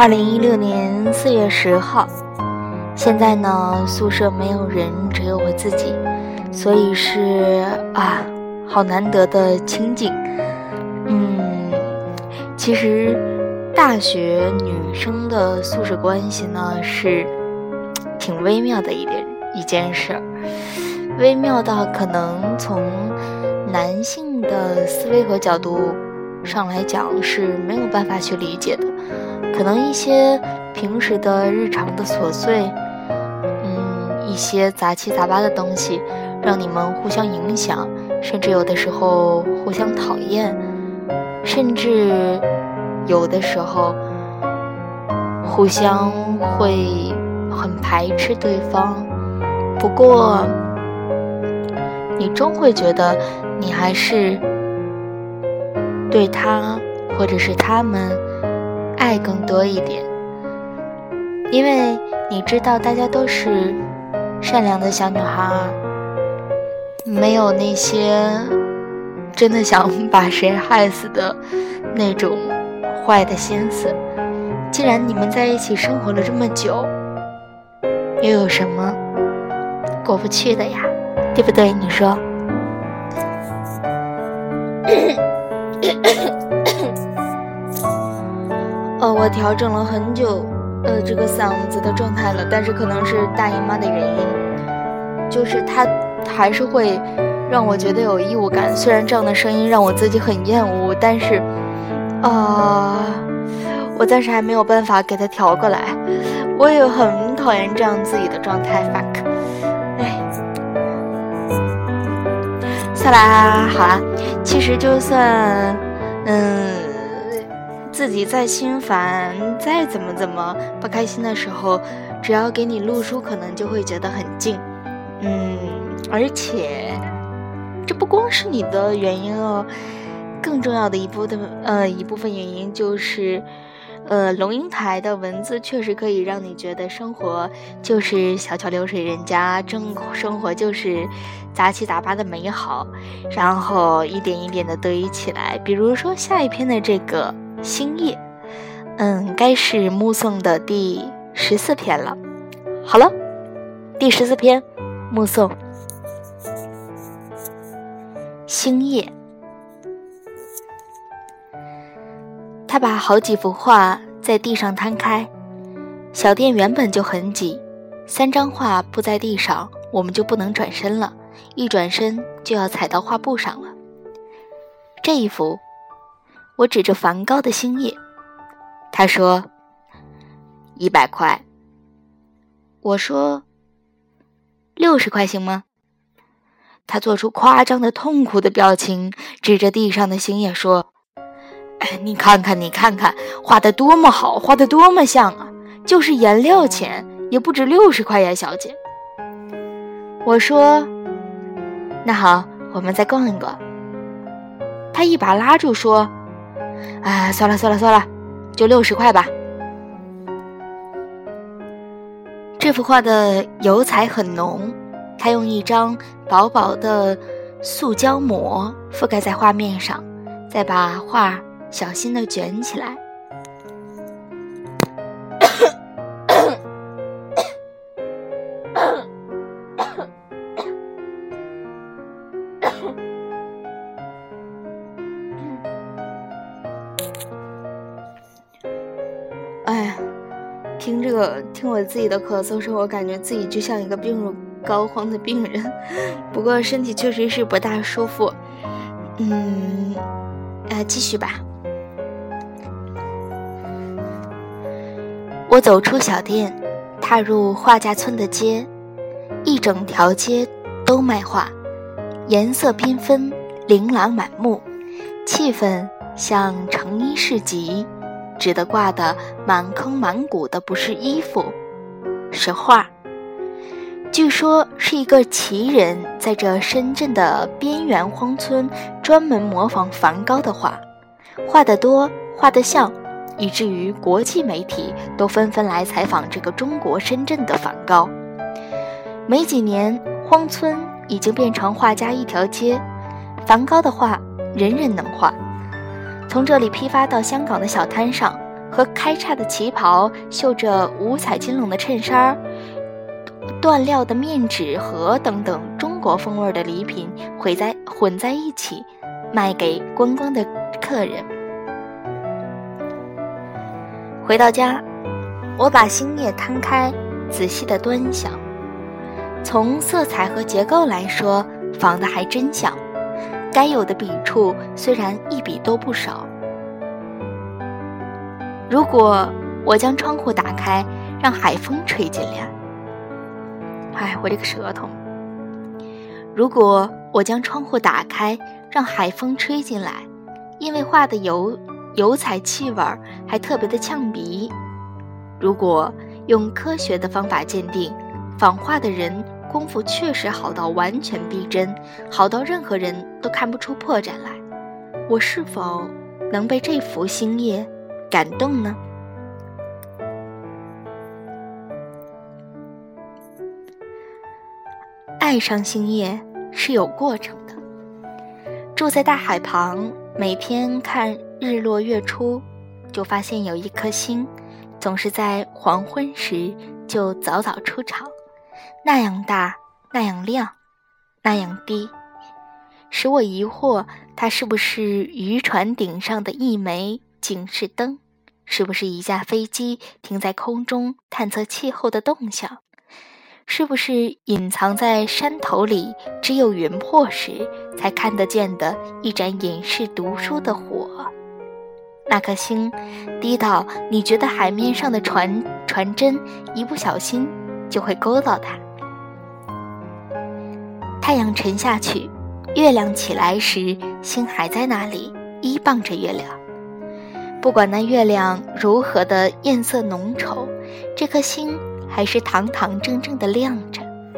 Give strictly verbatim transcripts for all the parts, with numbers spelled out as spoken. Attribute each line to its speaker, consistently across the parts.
Speaker 1: 二零一六年四月十号，现在呢，宿舍没有人，只有我自己，所以是啊，好难得的清静。嗯，其实大学女生的宿舍关系呢，是挺微妙的一点一件事，微妙到可能从男性的思维和角度上来讲是没有办法去理解的。可能一些平时的日常的琐碎，嗯，一些杂七杂八的东西，让你们互相影响，甚至有的时候互相讨厌，甚至有的时候互相会很排斥对方。不过，你终会觉得你还是对他或者是他们爱更多一点，因为你知道大家都是善良的小女孩，没有那些真的想把谁害死的那种坏的心思。既然你们在一起生活了这么久，又有什么过不去的呀，对不对？你说呃，我调整了很久，呃，这个嗓子的状态了，但是可能是大姨妈的原因，就是它还是会让我觉得有异物感。虽然这样的声音让我自己很厌恶，但是，啊、呃，我暂时还没有办法给它调过来。我也很讨厌这样自己的状态 ，fuck。哎，算啦，好啦，其实就算，嗯。自己再心烦，再怎么怎么不开心的时候，只要给你录书，可能就会觉得很静。嗯，而且这不光是你的原因哦，更重要的一部分呃一部分原因就是，呃，龙应台的文字确实可以让你觉得生活就是小桥流水人家，生生活就是杂七杂八的美好，然后一点一点的堆起来。比如说下一篇的这个。星夜，嗯，该是目送的第十四篇了。好了，第十四篇，目送。星夜，他把好几幅画在地上摊开。小店原本就很挤，三张画铺在地上，我们就不能转身了，一转身就要踩到画布上了。这一幅。我指着梵高的星夜，他说一百块，我说六十块行吗？他做出夸张的痛苦的表情，指着地上的星夜说，哎，你看看你看看，画得多么好，画得多么像啊，就是颜料钱也不止六十块呀，小姐。我说那好，我们再逛一逛。他一把拉住说，哎，算了算了算了，就六十块吧。这幅画的油彩很浓，他用一张薄薄的塑胶膜覆盖在画面上，再把画小心地卷起来。哎，听这个听我自己的咳嗽声，我感觉自己就像一个病入膏肓的病人，不过身体确实是不大舒服。嗯，呃，继续吧。我走出小店，踏入画家村的街，一整条街都卖画，颜色缤纷，琳琅满目，气氛像成衣市集。指的挂的满坑满谷的不是衣服，是画。据说是一个奇人在这深圳的边缘荒村专门模仿梵高的画，画得多，画得像，以至于国际媒体都纷纷来采访这个中国深圳的梵高。没几年，荒村已经变成画家一条街，梵高的画人人能画。从这里批发到香港的小摊上， 和开叉的旗袍，绣着五彩金龙的衬衫，缎料的面纸盒等等中国风味的礼品混在混在一起，卖给观光的客人。回到家，我把星夜摊开，仔细地端详。从色彩和结构来说，仿得还真像，该有的笔触虽然一笔都不少。如果我将窗户打开，让海风吹进来，哎，我这个舌头。如果我将窗户打开，让海风吹进来，因为画的油油彩气味还特别的呛鼻。如果用科学的方法鉴定，仿画的人功夫确实好到完全逼真，好到任何人都看不出破绽来，我是否能被这幅星夜感动呢？爱上星夜是有过程的。住在大海旁，每天看日落月出，就发现有一颗星总是在黄昏时就早早出场，那样大，那样亮，那样低，使我疑惑它是不是渔船顶上的一枚警示灯，是不是一架飞机停在空中探测气候的动向，是不是隐藏在山头里只有云破时才看得见的一盏隐士读书的火。那颗星低到你觉得海面上的船船针一不小心就会勾到它。太阳沉下去，月亮起来时，星还在那里依傍着月亮。不管那月亮如何的艳色浓稠，这颗星还是堂堂正正地亮着。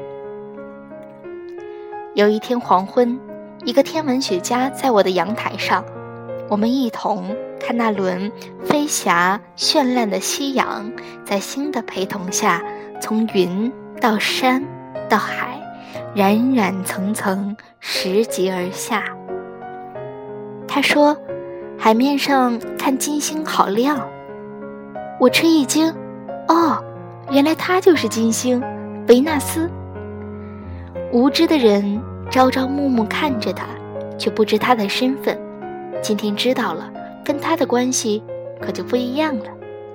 Speaker 1: 有一天黄昏，一个天文学家在我的阳台上，我们一同看那轮飞霞绚烂的夕阳，在星的陪同下，从云到山到海，冉冉层层拾级而下。他说，海面上看金星好亮。我吃一惊，哦，原来它就是金星，维纳斯。无知的人朝朝暮暮看着它，却不知它的身份。今天知道了，跟它的关系可就不一样了。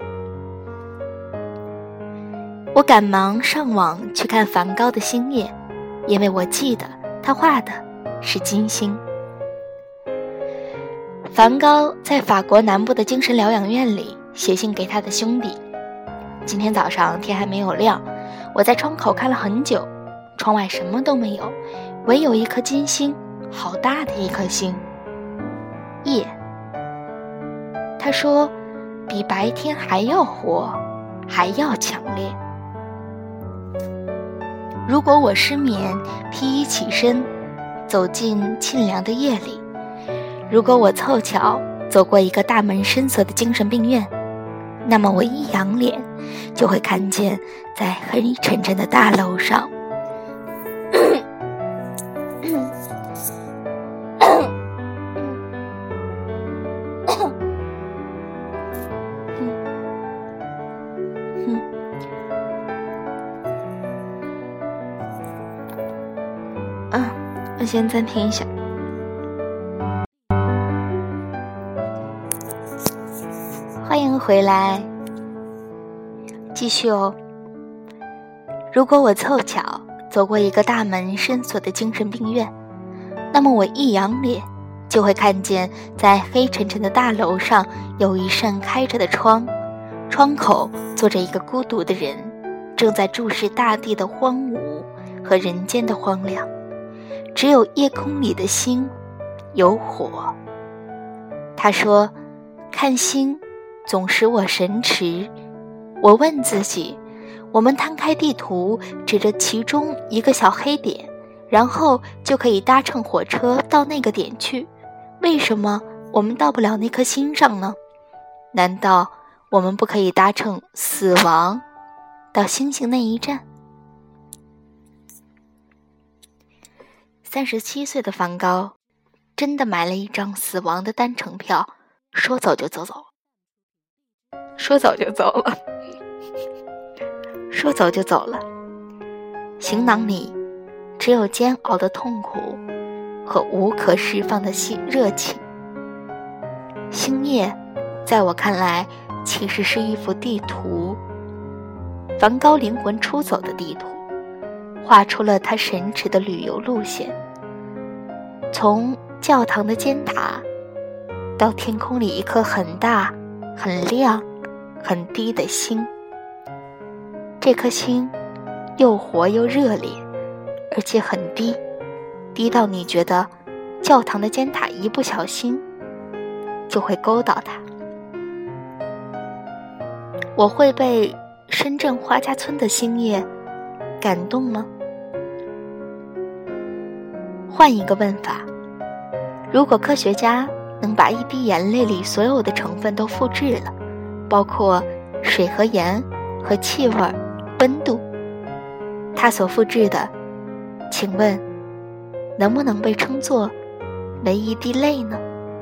Speaker 1: 我赶忙上网去看梵高的星夜，因为我记得他画的是金星。梵高在法国南部的精神疗养院里写信给他的兄弟。今天早上天还没有亮，我在窗口看了很久，窗外什么都没有，唯有一颗金星，好大的一颗星。夜，他说，比白天还要活，还要强烈。如果我失眠，披衣起身，走进沁凉的夜里，如果我凑巧走过一个大门深锁的精神病院，那么我一仰脸，就会看见在黑沉沉的大楼上嗯，我先暂停一下。欢迎回来，继续哦。如果我凑巧走过一个大门深锁的精神病院，那么我一仰脸，就会看见在黑沉沉的大楼上有一扇开着的窗，窗口坐着一个孤独的人，正在注视大地的荒芜和人间的荒凉。只有夜空里的星有火。他说，看星总使我神驰。我问自己，我们摊开地图，指着其中一个小黑点，然后就可以搭乘火车到那个点去，为什么我们到不了那颗星上呢？难道我们不可以搭乘死亡到星星那一站？三十七岁的梵高真的买了一张死亡的单程票，说走就走走。 说走就走了，说走就走了。行囊里只有煎熬的痛苦和无可释放的心热情。星夜在我看来其实是一幅地图，梵高灵魂出走的地图，画出了他神驰的旅游路线，从教堂的尖塔到天空里一颗很大很亮很低的星。这颗星又活又热烈，而且很低，低到你觉得教堂的尖塔一不小心就会勾到它。我会被深圳花家村的星夜感动吗？换一个问法，如果科学家能把一滴眼泪里所有的成分都复制了，包括水和盐和气味、温度，它所复制的，请问能不能被称作为一滴泪呢？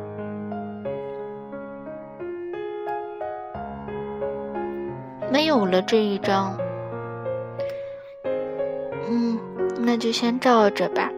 Speaker 1: 没有了这一张，嗯，那就先照着吧。